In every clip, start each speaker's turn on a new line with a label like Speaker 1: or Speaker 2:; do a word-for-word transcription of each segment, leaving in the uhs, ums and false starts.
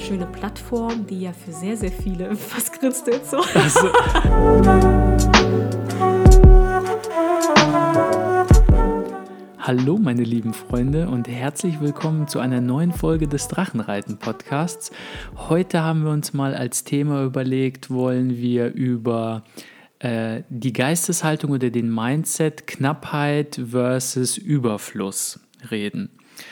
Speaker 1: schöne Plattform, die ja für sehr, sehr viele, was grinst du jetzt so?
Speaker 2: Also. Hallo meine lieben Freunde und herzlich willkommen zu einer neuen Folge des Drachenreiten-Podcasts. Heute haben wir uns mal als Thema überlegt, wollen wir über äh, die Geisteshaltung oder den Mindset Knappheit versus Überfluss reden.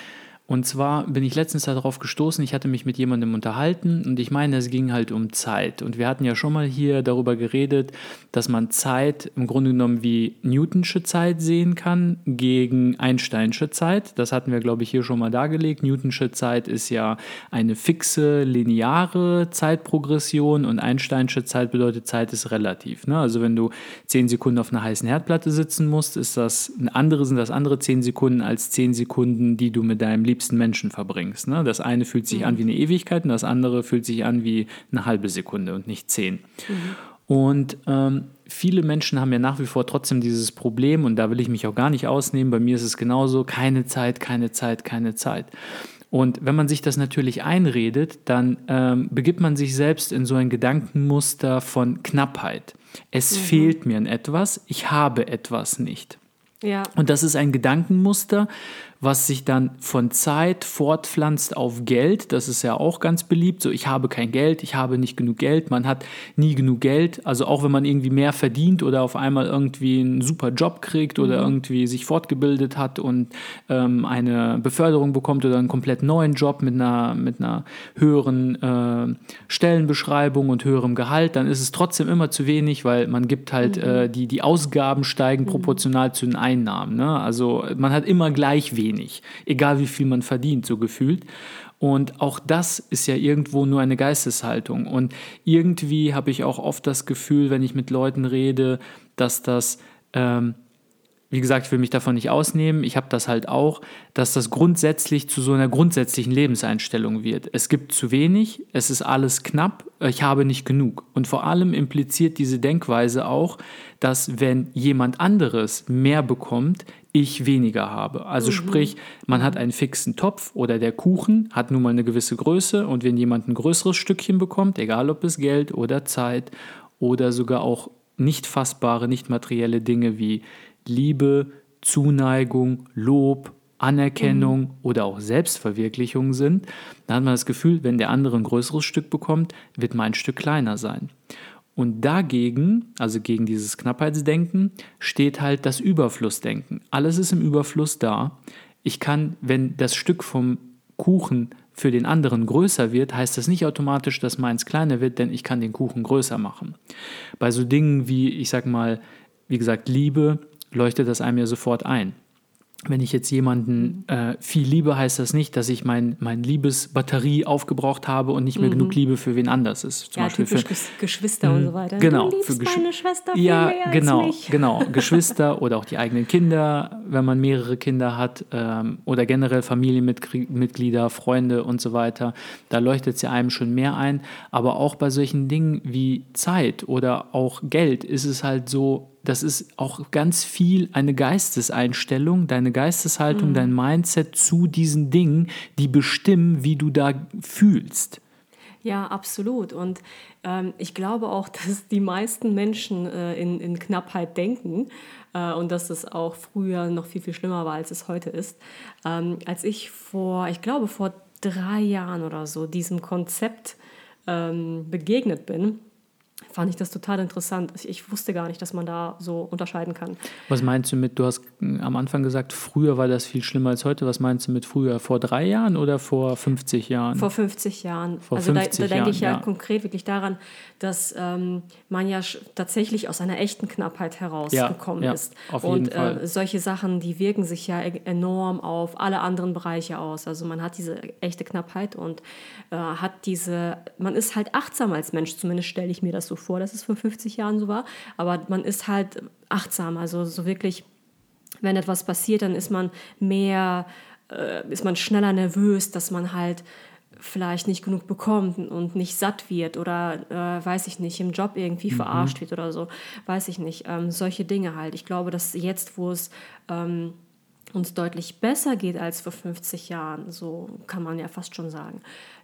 Speaker 2: Und zwar bin ich letztens darauf gestoßen, ich hatte mich mit jemandem unterhalten und ich meine, es ging halt um Zeit. Und wir hatten ja schon mal hier darüber geredet, dass man Zeit im Grunde genommen wie Newtonsche Zeit sehen kann gegen Einsteinsche Zeit. Das hatten wir, glaube ich, hier schon mal dargelegt. Newtonsche Zeit ist ja eine fixe, lineare Zeitprogression und Einsteinsche Zeit bedeutet, Zeit ist relativ. Ne? Also wenn du zehn Sekunden auf einer heißen Herdplatte sitzen musst, ist das eine andere, sind das andere zehn Sekunden als zehn Sekunden, die du mit deinem liebsten Menschen verbringst. Ne? Das eine fühlt sich mhm. an wie eine Ewigkeit und das andere fühlt sich an wie eine halbe Sekunde und nicht zehn. Mhm. Und ähm, viele Menschen haben ja nach wie vor trotzdem dieses Problem und da will ich mich auch gar nicht ausnehmen. Bei mir ist es genauso, keine Zeit, keine Zeit, keine Zeit. Und wenn man sich das natürlich einredet, dann ähm, begibt man sich selbst in so ein Gedankenmuster von Knappheit. Es mhm. fehlt mir an etwas, ich habe etwas nicht. Ja. Und das ist ein Gedankenmuster, was sich dann von Zeit fortpflanzt auf Geld. Das ist ja auch ganz beliebt. So, ich habe kein Geld, ich habe nicht genug Geld. Man hat nie genug Geld. Also auch wenn man irgendwie mehr verdient oder auf einmal irgendwie einen super Job kriegt oder mhm. irgendwie sich fortgebildet hat und ähm, eine Beförderung bekommt oder einen komplett neuen Job mit einer, mit einer höheren äh, Stellenbeschreibung und höherem Gehalt, dann ist es trotzdem immer zu wenig, weil man gibt halt, mhm. äh, die, die Ausgaben steigen mhm. proportional zu den Einnahmen. Ne? Also man hat immer gleich wenig. Nicht. Egal wie viel man verdient, so gefühlt. Und auch das ist ja irgendwo nur eine Geisteshaltung. Und irgendwie habe ich auch oft das Gefühl, wenn ich mit Leuten rede, dass das, ähm, wie gesagt, ich will mich davon nicht ausnehmen, ich habe das halt auch, dass das grundsätzlich zu so einer grundsätzlichen Lebenseinstellung wird. Es gibt zu wenig, es ist alles knapp, ich habe nicht genug. Und vor allem impliziert diese Denkweise auch, dass wenn jemand anderes mehr bekommt, ich weniger habe. Also mhm. sprich, man hat einen fixen Topf oder der Kuchen hat nun mal eine gewisse Größe und wenn jemand ein größeres Stückchen bekommt, egal ob es Geld oder Zeit oder sogar auch nicht fassbare, nicht materielle Dinge wie Liebe, Zuneigung, Lob, Anerkennung mhm. oder auch Selbstverwirklichung sind, dann hat man das Gefühl, wenn der andere ein größeres Stück bekommt, wird mein Stück kleiner sein. Und dagegen, also gegen dieses Knappheitsdenken, steht halt das Überflussdenken. Alles ist im Überfluss da. Ich kann, wenn das Stück vom Kuchen für den anderen größer wird, heißt das nicht automatisch, dass meins kleiner wird, denn ich kann den Kuchen größer machen. Bei so Dingen wie, ich sag mal, wie gesagt, Liebe, leuchtet das einem ja sofort ein. Wenn ich jetzt jemanden äh, viel liebe, heißt das nicht, dass ich mein, mein Liebesbatterie aufgebraucht habe und nicht mehr mhm. genug Liebe für wen anders ist. Zum
Speaker 1: ja,
Speaker 2: Beispiel
Speaker 1: typisch
Speaker 2: für
Speaker 1: Geschwister mh, und so weiter.
Speaker 2: Genau,
Speaker 1: du liebst
Speaker 2: für Gesch-
Speaker 1: meine Schwester viel
Speaker 2: ja,
Speaker 1: mehr
Speaker 2: genau,
Speaker 1: als mich.
Speaker 2: genau, Geschwister oder auch die eigenen Kinder, wenn man mehrere Kinder hat ähm, oder generell Familienmitglieder, Freunde und so weiter. Da leuchtet es ja einem schon mehr ein. Aber auch bei solchen Dingen wie Zeit oder auch Geld ist es halt so, das ist auch ganz viel eine Geisteseinstellung, deine Geisteshaltung, mhm. dein Mindset zu diesen Dingen, die bestimmen, wie du da fühlst.
Speaker 1: Ja, absolut. Und ähm, ich glaube auch, dass die meisten Menschen äh, in, in Knappheit denken äh, und dass es auch früher noch viel, viel schlimmer war, als es heute ist. Ähm, als ich vor, ich glaube vor drei Jahren oder so diesem Konzept ähm, begegnet bin, fand ich das total interessant. Ich wusste gar nicht, dass man da so unterscheiden kann.
Speaker 2: Was meinst du mit, du hast am Anfang gesagt, früher war das viel schlimmer als heute. Was meinst du mit früher? Vor drei Jahren oder vor fünfzig Jahren?
Speaker 1: Vor fünfzig Jahren.
Speaker 2: Vor
Speaker 1: also
Speaker 2: fünfzig
Speaker 1: da, da denke ich ja,
Speaker 2: ja
Speaker 1: konkret wirklich daran, dass ähm, man ja sch- tatsächlich aus einer echten Knappheit herausgekommen
Speaker 2: ja, ja,
Speaker 1: ist.
Speaker 2: Auf jeden
Speaker 1: Und
Speaker 2: Fall.
Speaker 1: Äh, solche Sachen, die wirken sich ja e- enorm auf alle anderen Bereiche aus. Also man hat diese echte Knappheit und äh, hat diese, man ist halt achtsam als Mensch, zumindest stelle ich mir das so vor, dass es vor fünfzig Jahren so war, aber man ist halt achtsam, also so wirklich, wenn etwas passiert, dann ist man mehr, äh, ist man schneller nervös, dass man halt vielleicht nicht genug bekommt und nicht satt wird oder, äh, weiß ich nicht, im Job irgendwie mhm. verarscht wird oder so, weiß ich nicht, ähm, solche Dinge halt. Ich glaube, dass jetzt, wo es ähm, uns deutlich besser geht als vor fünfzig Jahren, so kann man ja fast schon sagen,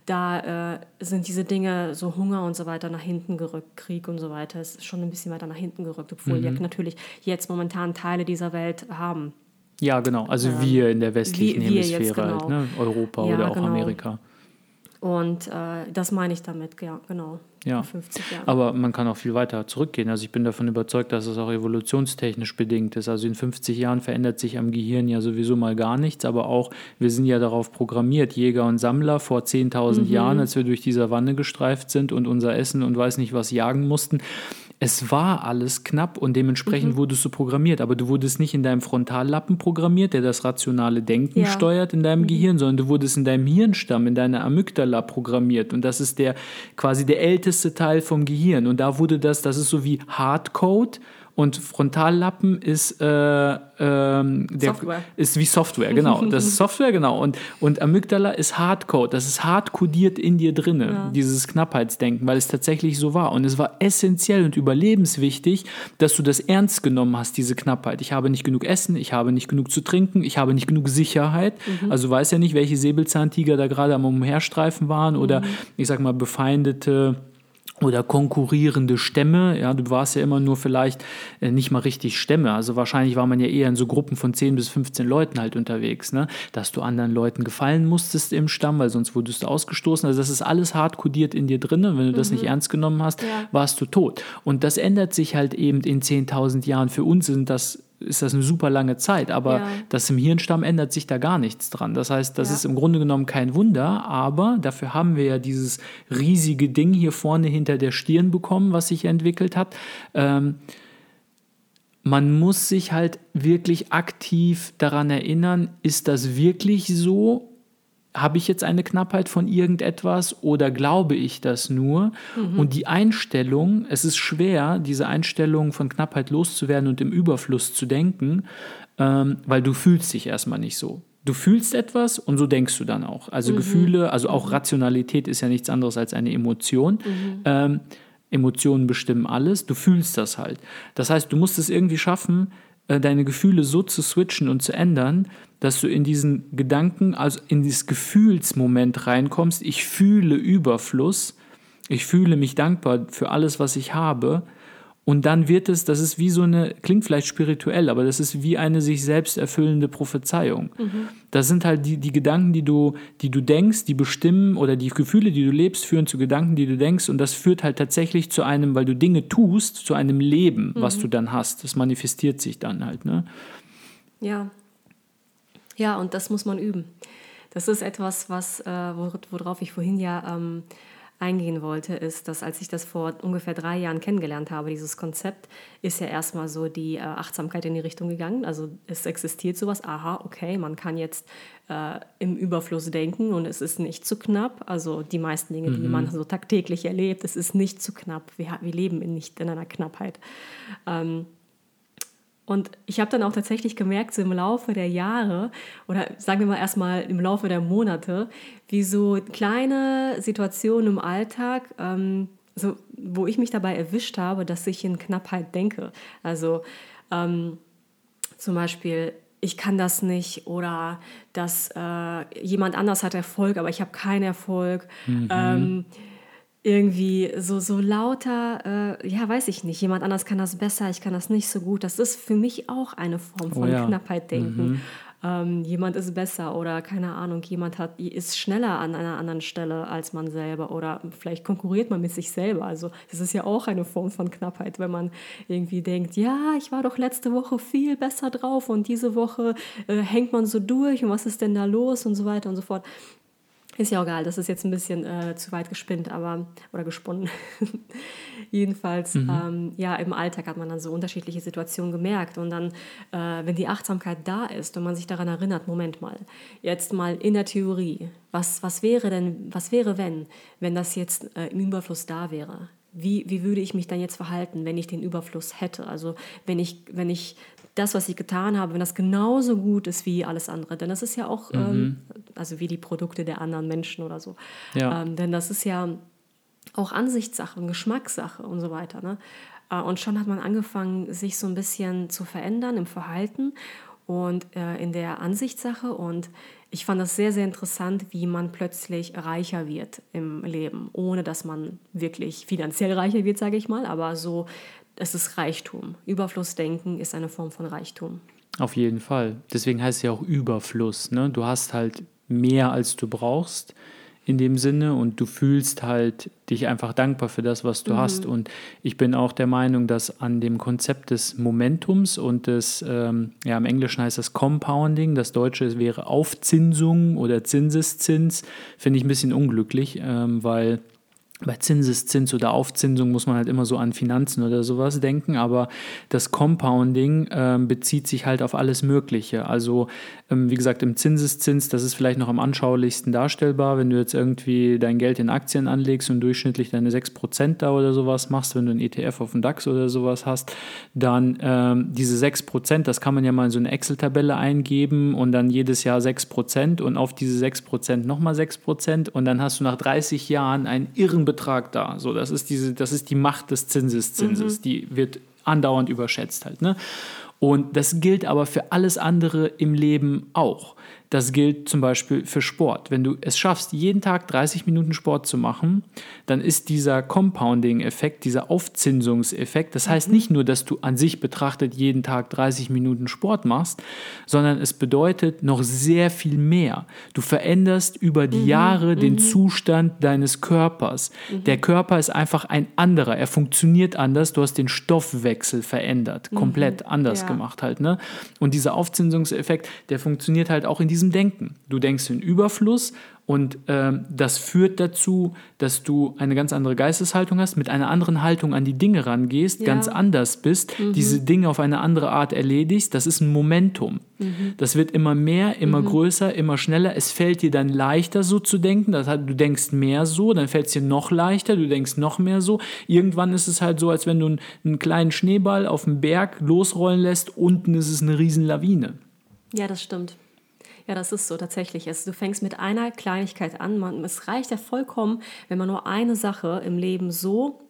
Speaker 1: da äh, sind diese Dinge, so Hunger und so weiter, nach hinten gerückt, Krieg und so weiter, ist schon ein bisschen weiter nach hinten gerückt, obwohl
Speaker 2: Mhm.
Speaker 1: wir natürlich jetzt momentan Teile dieser Welt haben.
Speaker 2: Ja, genau. Also
Speaker 1: Ähm,
Speaker 2: wir in der westlichen
Speaker 1: wir- wir jetzt,
Speaker 2: Hemisphäre halt,
Speaker 1: genau.
Speaker 2: ne? Europa
Speaker 1: Ja,
Speaker 2: oder auch
Speaker 1: genau.
Speaker 2: Amerika.
Speaker 1: Und äh, das meine ich damit, ja, genau.
Speaker 2: Ja,
Speaker 1: In fünfzig Jahren.
Speaker 2: aber man kann auch viel weiter zurückgehen. Also ich bin davon überzeugt, dass es auch evolutionstechnisch bedingt ist. Also in fünfzig Jahren verändert sich am Gehirn ja sowieso mal gar nichts, aber auch, wir sind ja darauf programmiert, Jäger und Sammler vor zehntausend Jahren, als wir durch die Savanne gestreift sind und unser Essen und weiß nicht was jagen mussten. Es war alles knapp und dementsprechend wurdest du programmiert, aber du wurdest nicht in deinem Frontallappen programmiert, der das rationale Denken
Speaker 1: Ja.
Speaker 2: steuert in deinem Gehirn, sondern du wurdest in deinem Hirnstamm, in deiner Amygdala programmiert und das ist der quasi der älteste Teil vom Gehirn und da wurde das, das ist so wie Hardcode und Frontallappen ist, äh, ähm, der,
Speaker 1: Software.
Speaker 2: ist wie Software, genau. Das ist Software, genau. Und, und Amygdala ist Hardcode. Das ist hardcodiert in dir drinne,
Speaker 1: Ja.
Speaker 2: dieses Knappheitsdenken, weil es tatsächlich so war. Und es war essentiell und überlebenswichtig, dass du das ernst genommen hast, diese Knappheit. Ich habe nicht genug Essen, ich habe nicht genug zu trinken, ich habe nicht genug Sicherheit. Also du weißt ja nicht, welche Säbelzahntiger da gerade am Umherstreifen waren oder ich sag mal befeindete oder konkurrierende Stämme, ja, du warst ja immer nur vielleicht äh, nicht mal richtig Stämme, also wahrscheinlich war man ja eher in so Gruppen von zehn bis fünfzehn Leuten halt unterwegs, ne, dass du anderen Leuten gefallen musstest im Stamm, weil sonst wurdest du ausgestoßen, also das ist alles hart kodiert in dir drin und wenn du das nicht ernst genommen hast,
Speaker 1: Ja.
Speaker 2: warst du tot und das ändert sich halt eben in zehntausend Jahren, für uns sind das ist das eine super lange Zeit, aber
Speaker 1: Ja.
Speaker 2: das im Hirnstamm ändert sich da gar nichts dran. Das heißt, das
Speaker 1: Ja.
Speaker 2: ist im Grunde genommen kein Wunder, aber dafür haben wir ja dieses riesige Ding hier vorne hinter der Stirn bekommen, was sich entwickelt hat. Ähm, man muss sich halt wirklich aktiv daran erinnern, ist das wirklich so? Habe ich jetzt eine Knappheit von irgendetwas oder glaube ich das nur? Und die Einstellung, es ist schwer, diese Einstellung von Knappheit loszuwerden und im Überfluss zu denken, ähm, weil du fühlst dich erstmal nicht so. Du fühlst etwas und so denkst du dann auch. Also Gefühle, also auch Rationalität ist ja nichts anderes als eine Emotion. Ähm, Emotionen bestimmen alles, du fühlst das halt. Das heißt, du musst es irgendwie schaffen, deine Gefühle so zu switchen und zu ändern, dass du in diesen Gedanken, also in dieses Gefühlsmoment reinkommst, ich fühle Überfluss, ich fühle mich dankbar für alles, was ich habe und dann wird es, das ist wie so eine, klingt vielleicht spirituell, aber das ist wie eine sich selbst erfüllende Prophezeiung. Das sind halt die, die Gedanken, die du, die du denkst, die bestimmen oder die Gefühle, die du lebst, führen zu Gedanken, die du denkst und das führt halt tatsächlich zu einem, weil du Dinge tust, zu einem Leben, was du dann hast. Das manifestiert sich dann halt, ne?
Speaker 1: Ja. Ja, und das muss man üben. Das ist etwas, was, äh, wor- worauf ich vorhin ja ähm, eingehen wollte, ist, dass als ich das vor ungefähr drei Jahren kennengelernt habe, dieses Konzept, ist ja erstmal so die äh, Achtsamkeit in die Richtung gegangen. Also es existiert sowas, aha, okay, man kann jetzt äh, im Überfluss denken und es ist nicht zu knapp. Also die meisten Dinge, die man so tagtäglich erlebt, es ist nicht zu knapp. Wir, wir leben in, nicht in einer Knappheit. Ähm, Und ich habe dann auch tatsächlich gemerkt, so im Laufe der Jahre oder sagen wir mal erstmal im Laufe der Monate, wie so kleine Situationen im Alltag, ähm, so, wo ich mich dabei erwischt habe, dass ich in Knappheit denke. Also ähm, zum Beispiel, ich kann das nicht oder dass äh, jemand anders hat Erfolg, aber ich habe keinen Erfolg. Ähm, irgendwie so, so lauter, äh, ja, weiß ich nicht, jemand anders kann das besser, ich kann das nicht so gut. Das ist für mich auch eine Form von
Speaker 2: Oh ja.
Speaker 1: Knappheit denken. Ähm, jemand ist besser oder keine Ahnung, jemand hat, ist schneller an einer anderen Stelle als man selber oder vielleicht konkurriert man mit sich selber. Also das ist ja auch eine Form von Knappheit, wenn man irgendwie denkt, ja, ich war doch letzte Woche viel besser drauf und diese Woche äh, hängt man so durch und was ist denn da los und so weiter und so fort. Ist ja auch egal, das ist jetzt ein bisschen äh, zu weit gespinnt, aber oder gesponnen. Jedenfalls, ähm, ja, im Alltag hat man dann so unterschiedliche Situationen gemerkt. Und dann, äh, wenn die Achtsamkeit da ist und man sich daran erinnert, Moment mal, jetzt mal in der Theorie, was, was wäre denn, was wäre, wenn, wenn das jetzt äh, im Überfluss da wäre? Wie, wie würde ich mich dann jetzt verhalten, wenn ich den Überfluss hätte? Also wenn ich, wenn ich das, was ich getan habe, wenn das genauso gut ist wie alles andere. Denn das ist ja auch, mhm. ähm, also wie die Produkte der anderen Menschen oder so.
Speaker 2: Ja.
Speaker 1: Ähm, denn das ist ja auch Ansichtssache und Geschmackssache und so weiter. Ne? Äh, und schon hat man angefangen, sich so ein bisschen zu verändern im Verhalten. und äh, in der Ansichtssache. Und ich fand das sehr, sehr interessant, wie man plötzlich reicher wird im Leben, ohne dass man wirklich finanziell reicher wird, sage ich mal. Aber so, es ist Reichtum. Überflussdenken ist eine Form von Reichtum.
Speaker 2: Auf jeden Fall. Deswegen heißt es ja auch Überfluss. Ne? Du hast halt mehr, als du brauchst in dem Sinne und du fühlst halt dich einfach dankbar für das, was du mhm. hast. Und ich bin auch der Meinung, dass an dem Konzept des Momentums und des, ähm, ja im Englischen heißt das Compounding, das Deutsche wäre Aufzinsung oder Zinseszins, finde ich ein bisschen unglücklich, ähm, weil bei Zinseszins oder Aufzinsung muss man halt immer so an Finanzen oder sowas denken, aber das Compounding ähm, bezieht sich halt auf alles Mögliche. Also ähm, wie gesagt, im Zinseszins, das ist vielleicht noch am anschaulichsten darstellbar, wenn du jetzt irgendwie dein Geld in Aktien anlegst und durchschnittlich deine sechs Prozent da oder sowas machst, wenn du einen E T F auf den DAX oder sowas hast, dann ähm, diese sechs Prozent, das kann man ja mal in so eine Excel-Tabelle eingeben und dann jedes Jahr sechs Prozent und auf diese sechs Prozent nochmal sechs Prozent und dann hast du nach dreißig Jahren einen irren Betrag da. So, das ist diese, das ist die Macht des Zinseszinses, mhm. die wird andauernd überschätzt halt, ne? Und das gilt aber für alles andere im Leben auch. Das gilt zum Beispiel für Sport. Wenn du es schaffst, jeden Tag dreißig Minuten Sport zu machen, dann ist dieser Compounding-Effekt, dieser Aufzinsungseffekt, das heißt nicht nur, dass du an sich betrachtet jeden Tag dreißig Minuten Sport machst, sondern es bedeutet noch sehr viel mehr. Du veränderst über die mhm, Jahre den mhm. Zustand deines Körpers. Mhm. Der Körper ist einfach ein anderer, er funktioniert anders, du hast den Stoffwechsel verändert, komplett mhm, anders ja. gemacht halt, ne? Und dieser Aufzinsungseffekt, der funktioniert halt auch in diesem Denken. Du denkst in Überfluss und ähm, das führt dazu, dass du eine ganz andere Geisteshaltung hast, mit einer anderen Haltung an die Dinge rangehst, ja. ganz anders bist, mhm. diese Dinge auf eine andere Art erledigst. Das ist ein Momentum. Mhm. Das wird immer mehr, immer mhm. größer, immer schneller. Es fällt dir dann leichter, so zu denken. Das heißt, du denkst mehr so, dann fällt es dir noch leichter, du denkst noch mehr so. Irgendwann ist es halt so, als wenn du einen, einen kleinen Schneeball auf dem Berg losrollen lässt, unten ist es eine Riesenlawine.
Speaker 1: Ja, das stimmt. Ja, das ist so tatsächlich. Also, du fängst mit einer Kleinigkeit an. Man, es reicht ja vollkommen, wenn man nur eine Sache im Leben so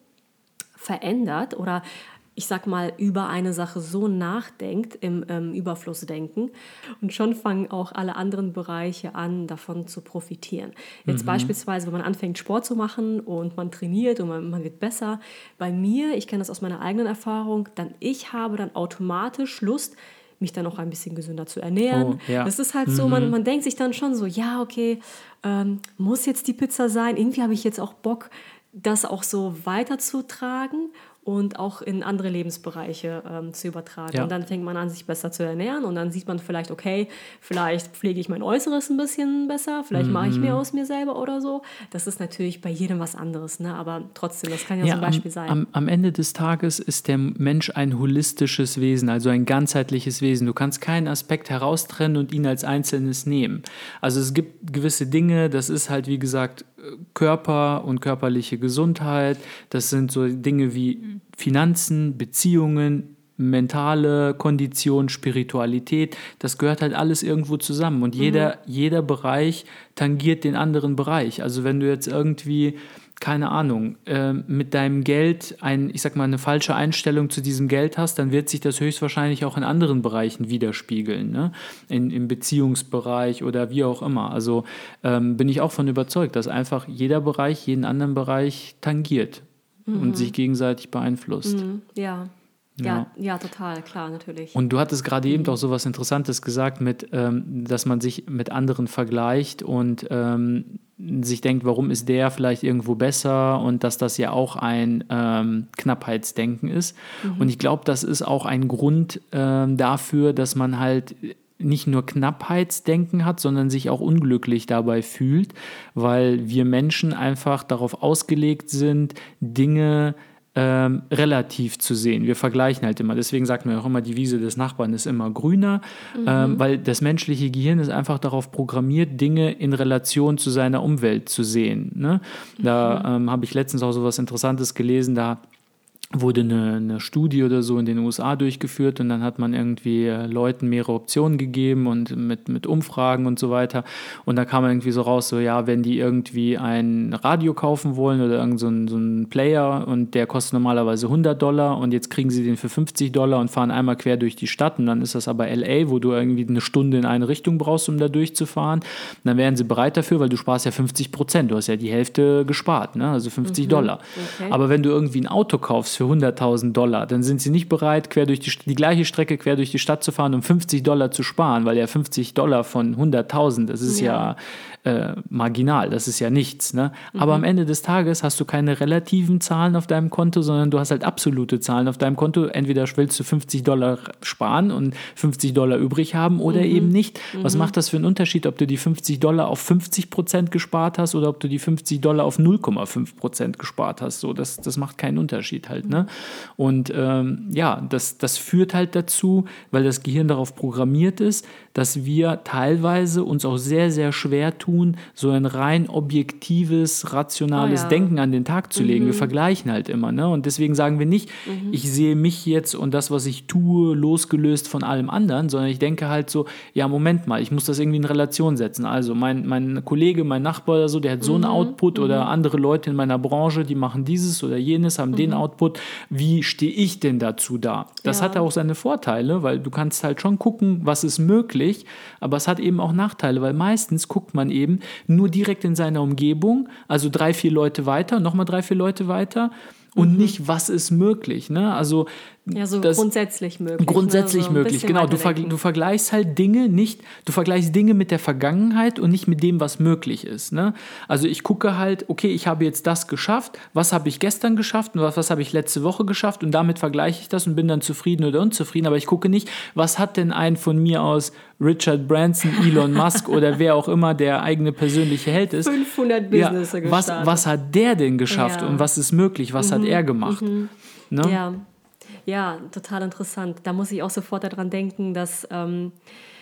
Speaker 1: verändert oder ich sag mal, über eine Sache so nachdenkt, im ähm, Überflussdenken. Und schon fangen auch alle anderen Bereiche an, davon zu profitieren. Jetzt mhm. beispielsweise, wenn man anfängt, Sport zu machen und man trainiert und man, man wird besser. Bei mir, ich kenne das aus meiner eigenen Erfahrung, dann ich habe dann automatisch Lust, mich dann auch ein bisschen gesünder zu ernähren. Oh, ja. Das ist halt so, man, man denkt sich dann schon so, ja, okay, ähm, muss jetzt die Pizza sein? Irgendwie habe ich jetzt auch Bock, das auch so weiterzutragen und auch in andere Lebensbereiche ähm, zu übertragen. Ja. Und dann fängt man an, sich besser zu ernähren und dann sieht man vielleicht, okay, vielleicht pflege ich mein Äußeres ein bisschen besser, vielleicht mhm. mache ich mehr aus mir selber oder so. Das ist natürlich bei jedem was anderes, ne? Aber trotzdem, das kann ja, ja so ein Beispiel
Speaker 2: am,
Speaker 1: sein.
Speaker 2: Am, am Ende des Tages ist der Mensch ein holistisches Wesen, also ein ganzheitliches Wesen. Du kannst keinen Aspekt heraustrennen und ihn als Einzelnes nehmen. Also es gibt gewisse Dinge, das ist halt wie gesagt Körper und körperliche Gesundheit, das sind so Dinge wie Finanzen, Beziehungen, mentale Kondition, Spiritualität, das gehört halt alles irgendwo zusammen und jeder, mhm. jeder Bereich tangiert den anderen Bereich. Also wenn du jetzt irgendwie, keine Ahnung, äh, mit deinem Geld ein, ich sag mal, eine falsche Einstellung zu diesem Geld hast, dann wird sich das höchstwahrscheinlich auch in anderen Bereichen widerspiegeln, ne? In, im Beziehungsbereich oder wie auch immer. Also ähm, bin ich auch von überzeugt, dass einfach jeder Bereich jeden anderen Bereich tangiert mhm. und sich gegenseitig beeinflusst.
Speaker 1: Mhm. Ja. Ja, ja, total, klar, natürlich.
Speaker 2: Und du hattest gerade mhm. eben auch so was Interessantes gesagt, mit, ähm, dass man sich mit anderen vergleicht und ähm, sich denkt, warum ist der vielleicht irgendwo besser und dass das ja auch ein ähm, Knappheitsdenken ist. Mhm. Und ich glaube, das ist auch ein Grund ähm, dafür, dass man halt nicht nur Knappheitsdenken hat, sondern sich auch unglücklich dabei fühlt, weil wir Menschen einfach darauf ausgelegt sind, Dinge Ähm, relativ zu sehen. Wir vergleichen halt immer. Deswegen sagt man auch immer, die Wiese des Nachbarn ist immer grüner, mhm. ähm, weil das menschliche Gehirn ist einfach darauf programmiert, Dinge in Relation zu seiner Umwelt zu sehen. Ne? Da mhm. ähm, habe ich letztens auch so was Interessantes gelesen, da wurde eine, eine Studie oder so in den U S A durchgeführt und dann hat man irgendwie äh, Leuten mehrere Optionen gegeben und mit, mit Umfragen und so weiter. Und da kam irgendwie so raus, so ja, wenn die irgendwie ein Radio kaufen wollen oder irgend so ein, so ein Player und der kostet normalerweise hundert Dollar und jetzt kriegen sie den für fünfzig Dollar und fahren einmal quer durch die Stadt und dann ist das aber L A, wo du irgendwie eine Stunde in eine Richtung brauchst, um da durchzufahren. Und dann wären sie bereit dafür, weil du sparst ja fünfzig Prozent. Du hast ja die Hälfte gespart, ne? Also fünfzig
Speaker 1: Mhm.
Speaker 2: Dollar.
Speaker 1: Okay.
Speaker 2: Aber wenn du irgendwie ein Auto kaufst für hunderttausend Dollar, dann sind sie nicht bereit, quer durch die, die gleiche Strecke quer durch die Stadt zu fahren, um fünfzig Dollar zu sparen, weil ja fünfzig Dollar von hunderttausend, das ist ja, ja äh, marginal, das ist ja nichts. Ne? Mhm. Aber am Ende des Tages hast du keine relativen Zahlen auf deinem Konto, sondern du hast halt absolute Zahlen auf deinem Konto. Entweder willst du fünfzig Dollar sparen und fünfzig Dollar übrig haben oder mhm. eben nicht. Mhm. Was macht das für einen Unterschied, ob du die fünfzig Dollar auf fünfzig Prozent gespart hast oder ob du die fünfzig Dollar auf null Komma fünf Prozent gespart hast? So, das, das macht keinen Unterschied halt. Ne? Und ähm, ja, das, das führt halt dazu, weil das Gehirn darauf programmiert ist, dass wir teilweise uns auch sehr, sehr schwer tun, so ein rein objektives, rationales oh ja. Denken an den Tag zu legen. Mhm. Wir vergleichen halt immer. Ne? Und deswegen sagen wir nicht, mhm. ich sehe mich jetzt und das, was ich tue, losgelöst von allem anderen, sondern ich denke halt so, ja, Moment mal, ich muss das irgendwie in Relation setzen. Also mein, mein Kollege, mein Nachbar oder so, der hat so einen mhm. Output mhm. oder andere Leute in meiner Branche, die machen dieses oder jenes, haben mhm. den Output. Wie stehe ich denn dazu da? Das ja. hat auch seine Vorteile, weil du kannst halt schon gucken, was ist möglich, aber es hat eben auch Nachteile, weil meistens guckt man eben nur direkt in seiner Umgebung, also drei, vier Leute weiter, nochmal drei, vier Leute weiter und mhm. nicht, was ist möglich. Ne? Also
Speaker 1: ja, so
Speaker 2: das,
Speaker 1: grundsätzlich möglich.
Speaker 2: Grundsätzlich
Speaker 1: ne? so
Speaker 2: möglich, genau. Du, ver, du vergleichst halt Dinge nicht, du vergleichst Dinge mit der Vergangenheit und nicht mit dem, was möglich ist. Ne? Also ich gucke halt, okay, ich habe jetzt das geschafft, was habe ich gestern geschafft und was, was habe ich letzte Woche geschafft und damit vergleiche ich das und bin dann zufrieden oder unzufrieden, aber ich gucke nicht, was hat denn ein von mir aus Richard Branson, Elon Musk oder wer auch immer der eigene persönliche Held ist.
Speaker 1: fünfhundert Business
Speaker 2: ja, was, was hat der denn geschafft ja. und was ist möglich, was mhm. hat er gemacht?
Speaker 1: Mhm.
Speaker 2: Ne?
Speaker 1: Ja. Ja, total interessant. Da muss ich auch sofort daran denken, dass ähm,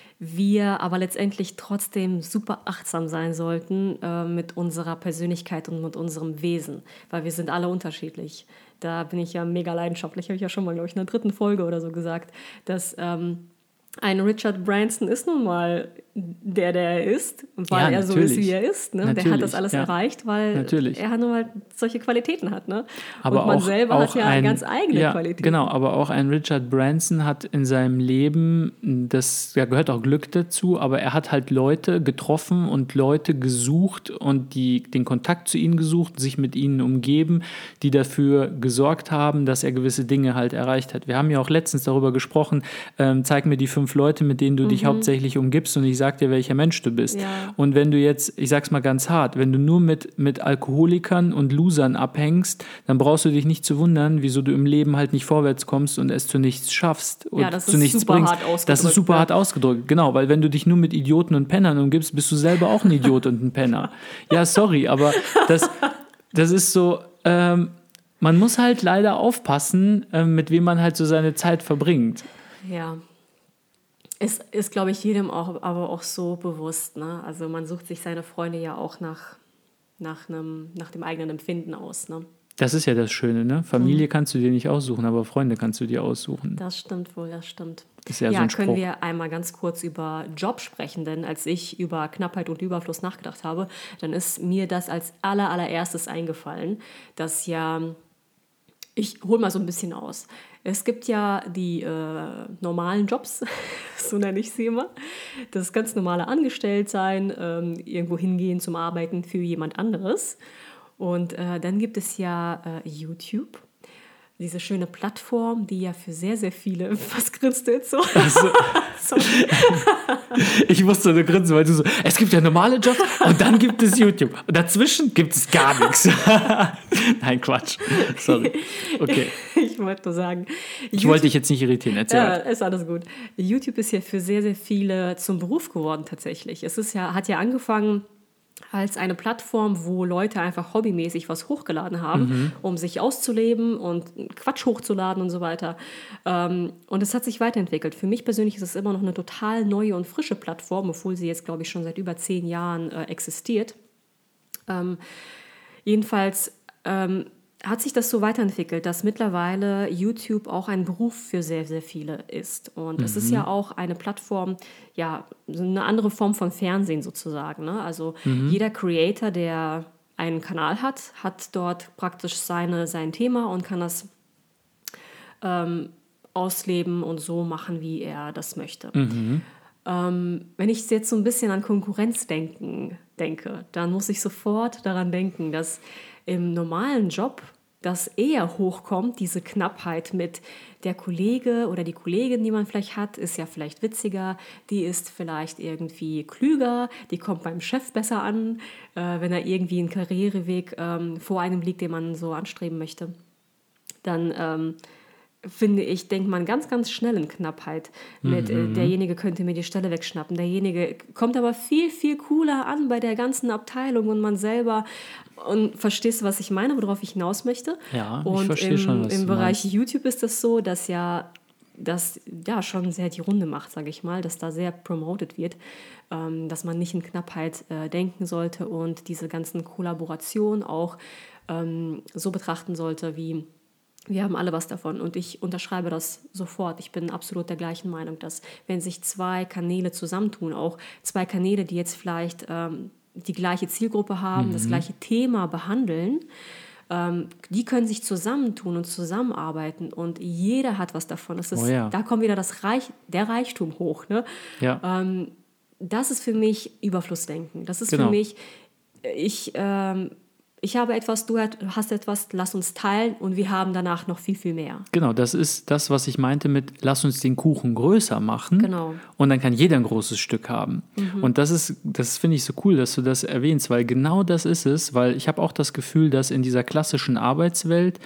Speaker 1: wir aber letztendlich trotzdem super achtsam sein sollten äh, mit unserer Persönlichkeit und mit unserem Wesen, weil wir sind alle unterschiedlich. Da bin ich ja mega leidenschaftlich, habe ich ja schon mal, glaube ich, in der dritten Folge oder so gesagt, dass ähm, ein Richard Branson ist nun mal der, der er ist, weil ja, er so ist, wie er ist. Ne? Der hat das alles ja. erreicht, weil natürlich. er nun mal solche Qualitäten hat. Ne?
Speaker 2: Aber
Speaker 1: und man
Speaker 2: auch,
Speaker 1: selber
Speaker 2: auch
Speaker 1: hat ja
Speaker 2: ein,
Speaker 1: ganz eigene
Speaker 2: ja,
Speaker 1: Qualitäten.
Speaker 2: Genau, aber auch ein Richard Branson hat in seinem Leben, das da gehört auch Glück dazu, aber er hat halt Leute getroffen und Leute gesucht und die, den Kontakt zu ihnen gesucht, sich mit ihnen umgeben, die dafür gesorgt haben, dass er gewisse Dinge halt erreicht hat. Wir haben ja auch letztens darüber gesprochen, ähm, zeig mir die fünf Leute, mit denen du mhm. dich hauptsächlich umgibst und ich sag dir, welcher Mensch du bist.
Speaker 1: Ja.
Speaker 2: Und wenn du jetzt, ich sag's mal ganz hart, wenn du nur mit, mit Alkoholikern und Losern abhängst, dann brauchst du dich nicht zu wundern, wieso du im Leben halt nicht vorwärts kommst und es zu nichts schaffst und
Speaker 1: ja, das
Speaker 2: zu
Speaker 1: ist
Speaker 2: nichts
Speaker 1: super
Speaker 2: bringst.
Speaker 1: Hart ausgedrückt,
Speaker 2: das ist super
Speaker 1: ja.
Speaker 2: hart ausgedrückt, genau, weil wenn du dich nur mit Idioten und Pennern umgibst, bist du selber auch ein Idiot und ein Penner. Ja, sorry, aber das, das ist so, ähm, man muss halt leider aufpassen, äh, mit wem man halt so seine Zeit verbringt.
Speaker 1: Ja. Es ist, glaube ich, jedem auch, aber auch so bewusst. Ne? Also man sucht sich seine Freunde ja auch nach, nach, einem, nach dem eigenen Empfinden aus. Ne?
Speaker 2: Das ist ja das Schöne, ne? Familie mhm. kannst du dir nicht aussuchen, aber Freunde kannst du dir aussuchen.
Speaker 1: Das stimmt wohl, das stimmt.
Speaker 2: Das ist ja,
Speaker 1: ja
Speaker 2: so ein Spruch.
Speaker 1: Können wir einmal ganz kurz über Job sprechen, denn als ich über Knappheit und Überfluss nachgedacht habe, dann ist mir das als aller, allererstes eingefallen, dass ja, ich hole mal so ein bisschen aus. Es gibt ja die äh, normalen Jobs, so nenne ich sie immer. Das ganz normale Angestelltsein, ähm, irgendwo hingehen zum Arbeiten für jemand anderes. Und äh, dann gibt es ja äh, YouTube, diese schöne Plattform, die ja für sehr, sehr viele, was grinst du jetzt so?
Speaker 2: Also, ich musste nur grinsen, weil du so, es gibt ja normale Jobs und dann gibt es YouTube. Und dazwischen gibt es gar nichts. Nein, Quatsch. Sorry. Okay.
Speaker 1: Ich wollte nur sagen.
Speaker 2: Ich YouTube, wollte dich jetzt nicht irritieren. Erzähl.
Speaker 1: Ja, ist alles gut. YouTube ist ja für sehr, sehr viele zum Beruf geworden tatsächlich. Es ist ja, hat ja angefangen als eine Plattform, wo Leute einfach hobbymäßig was hochgeladen haben, mhm. um sich auszuleben und Quatsch hochzuladen und so weiter. Und es hat sich weiterentwickelt. Für mich persönlich ist es immer noch eine total neue und frische Plattform, obwohl sie jetzt, glaube ich, schon seit über zehn Jahren äh, existiert. Ähm, jedenfalls, ähm, hat sich das so weiterentwickelt, dass mittlerweile YouTube auch ein Beruf für sehr, sehr viele ist. Und mhm. es ist ja auch eine Plattform, ja, eine andere Form von Fernsehen sozusagen. Ne? Also mhm. jeder Creator, der einen Kanal hat, hat dort praktisch seine, sein Thema und kann das ähm, ausleben und so machen, wie er das möchte. Mhm. Ähm, wenn ich jetzt so ein bisschen an Konkurrenzdenken denke, dann muss ich sofort daran denken, dass im normalen Job das eher hochkommt, diese Knappheit mit der Kollege oder die Kollegin, die man vielleicht hat, ist ja vielleicht witziger, die ist vielleicht irgendwie klüger, die kommt beim Chef besser an, äh, wenn er irgendwie einen Karriereweg ähm, vor einem liegt, den man so anstreben möchte. Dann ähm, finde ich, denkt man ganz, ganz schnell in Knappheit mit, mhm. äh, derjenige könnte mir die Stelle wegschnappen. Derjenige kommt aber viel, viel cooler an bei der ganzen Abteilung und man selber, und verstehst du, was ich meine, worauf ich hinaus möchte?
Speaker 2: Ja,
Speaker 1: und
Speaker 2: ich verstehe
Speaker 1: im,
Speaker 2: schon, was
Speaker 1: im
Speaker 2: du
Speaker 1: Bereich
Speaker 2: meinst.
Speaker 1: YouTube ist das so, dass ja das ja schon sehr die Runde macht, sage ich mal, dass da sehr promoted wird, ähm, dass man nicht in Knappheit äh, denken sollte und diese ganzen Kollaborationen auch ähm, so betrachten sollte, wie wir haben alle was davon und ich unterschreibe das sofort. Ich bin absolut der gleichen Meinung, dass wenn sich zwei Kanäle zusammentun, auch zwei Kanäle, die jetzt vielleicht ähm, die gleiche Zielgruppe haben, mhm. das gleiche Thema behandeln, ähm, die können sich zusammentun und zusammenarbeiten und jeder hat was davon. Das ist,
Speaker 2: oh ja.
Speaker 1: Da kommt wieder das Reich, der Reichtum hoch. Ne?
Speaker 2: Ja.
Speaker 1: Ähm, das ist für mich Überflussdenken. Das ist
Speaker 2: genau.
Speaker 1: für mich, ich... Ähm, Ich habe etwas, du hast etwas, lass uns teilen und wir haben danach noch viel, viel mehr.
Speaker 2: Genau, das ist das, was ich meinte mit, lass uns den Kuchen größer machen
Speaker 1: genau.
Speaker 2: und dann kann jeder ein großes Stück haben. Mhm. Und das ist, das finde ich so cool, dass du das erwähnst, weil genau das ist es, weil ich habe auch das Gefühl, dass in dieser klassischen Arbeitswelt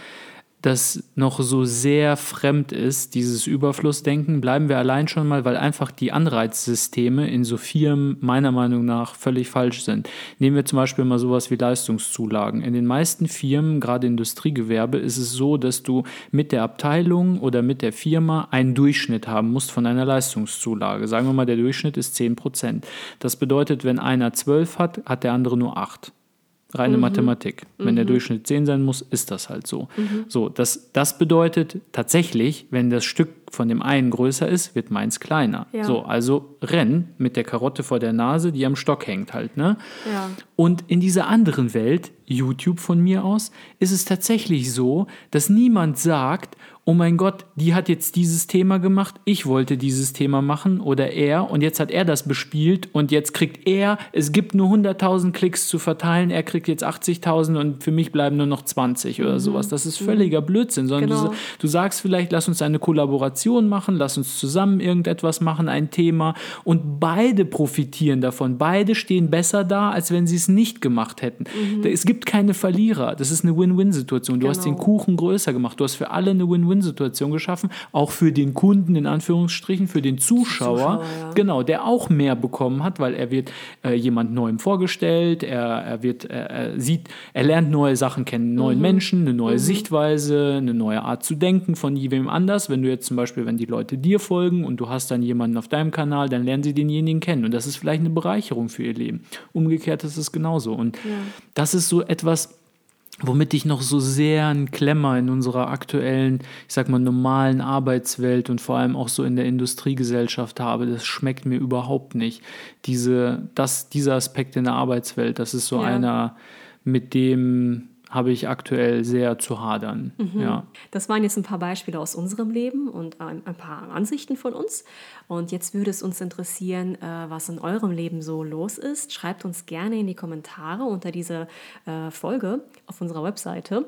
Speaker 2: das noch so sehr fremd ist, dieses Überflussdenken, bleiben wir allein schon mal, weil einfach die Anreizsysteme in so Firmen meiner Meinung nach völlig falsch sind. Nehmen wir zum Beispiel mal sowas wie Leistungszulagen. In den meisten Firmen, gerade Industriegewerbe, ist es so, dass du mit der Abteilung oder mit der Firma einen Durchschnitt haben musst von einer Leistungszulage. Sagen wir mal, der Durchschnitt ist zehn Prozent. Das bedeutet, wenn einer zwölf hat, hat der andere nur acht. Reine mhm. Mathematik. Wenn mhm. der Durchschnitt zehn sein muss, ist das halt so. Mhm. So, das, das bedeutet tatsächlich, wenn das Stück von dem einen größer ist, wird meins kleiner. Ja. So, also renn mit der Karotte vor der Nase, die am Stock hängt halt. Ne?
Speaker 1: Ja.
Speaker 2: Und in dieser anderen Welt, YouTube von mir aus, ist es tatsächlich so, dass niemand sagt, oh mein Gott, die hat jetzt dieses Thema gemacht, ich wollte dieses Thema machen oder er und jetzt hat er das bespielt und jetzt kriegt er, es gibt nur hunderttausend Klicks zu verteilen, er kriegt jetzt achtzigtausend und für mich bleiben nur noch zwanzig mhm. oder sowas. Das ist völliger mhm. Blödsinn, sondern genau. du, du sagst vielleicht, lass uns eine Kollaboration machen, lass uns zusammen irgendetwas machen, ein Thema und beide profitieren davon, beide stehen besser da, als wenn sie es nicht gemacht hätten. Mhm. Es gibt keine Verlierer, das ist eine Win-Win-Situation. Du genau. hast den Kuchen größer gemacht, du hast für alle eine Win-Win Situation geschaffen, auch für den Kunden in Anführungsstrichen, für den Zuschauer, Zuschauer ja. genau, der auch mehr bekommen hat, weil er wird äh, jemand Neuem vorgestellt, er, er wird, er, er sieht, er lernt neue Sachen kennen, neuen mhm. Menschen, eine neue mhm. Sichtweise, eine neue Art zu denken von jedem anders. Wenn du jetzt zum Beispiel, wenn die Leute dir folgen und du hast dann jemanden auf deinem Kanal, dann lernen sie denjenigen kennen und das ist vielleicht eine Bereicherung für ihr Leben. Umgekehrt ist es genauso und ja. das ist so etwas, womit ich noch so sehr einen Klemmer in unserer aktuellen, ich sag mal, normalen Arbeitswelt und vor allem auch so in der Industriegesellschaft habe. Das schmeckt mir überhaupt nicht. Diese, das, dieser Aspekt in der Arbeitswelt, das ist so ja. einer, mit dem habe ich aktuell sehr zu hadern. Mhm. Ja.
Speaker 1: Das waren jetzt ein paar Beispiele aus unserem Leben und ein, ein paar Ansichten von uns. Und jetzt würde es uns interessieren, äh, was in eurem Leben so los ist. Schreibt uns gerne in die Kommentare unter diese äh, Folge auf unserer Webseite,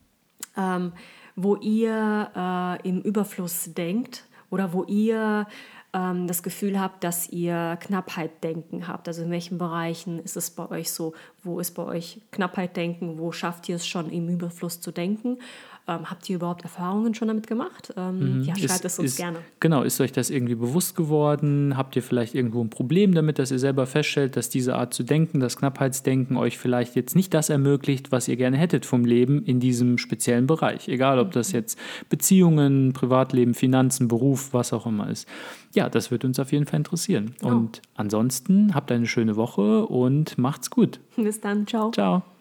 Speaker 1: ähm, wo ihr äh, im Überfluss denkt oder wo ihr ähm, das Gefühl habt, dass ihr Knappheit-Denken habt. Also in welchen Bereichen ist es bei euch so? Wo ist bei euch Knappheit-Denken? Wo schafft ihr es schon, im Überfluss zu denken? Ähm, habt ihr überhaupt Erfahrungen schon damit gemacht? Ähm, mhm. Ja, schreibt ist, es uns
Speaker 2: ist,
Speaker 1: gerne.
Speaker 2: Genau, ist euch das irgendwie bewusst geworden? Habt ihr vielleicht irgendwo ein Problem damit, dass ihr selber feststellt, dass diese Art zu denken, das Knappheitsdenken euch vielleicht jetzt nicht das ermöglicht, was ihr gerne hättet vom Leben in diesem speziellen Bereich? Egal, ob das jetzt Beziehungen, Privatleben, Finanzen, Beruf, was auch immer ist. Ja, das wird uns auf jeden Fall interessieren. Oh. Und ansonsten habt eine schöne Woche und macht's gut.
Speaker 1: Bis dann, ciao.
Speaker 2: Ciao.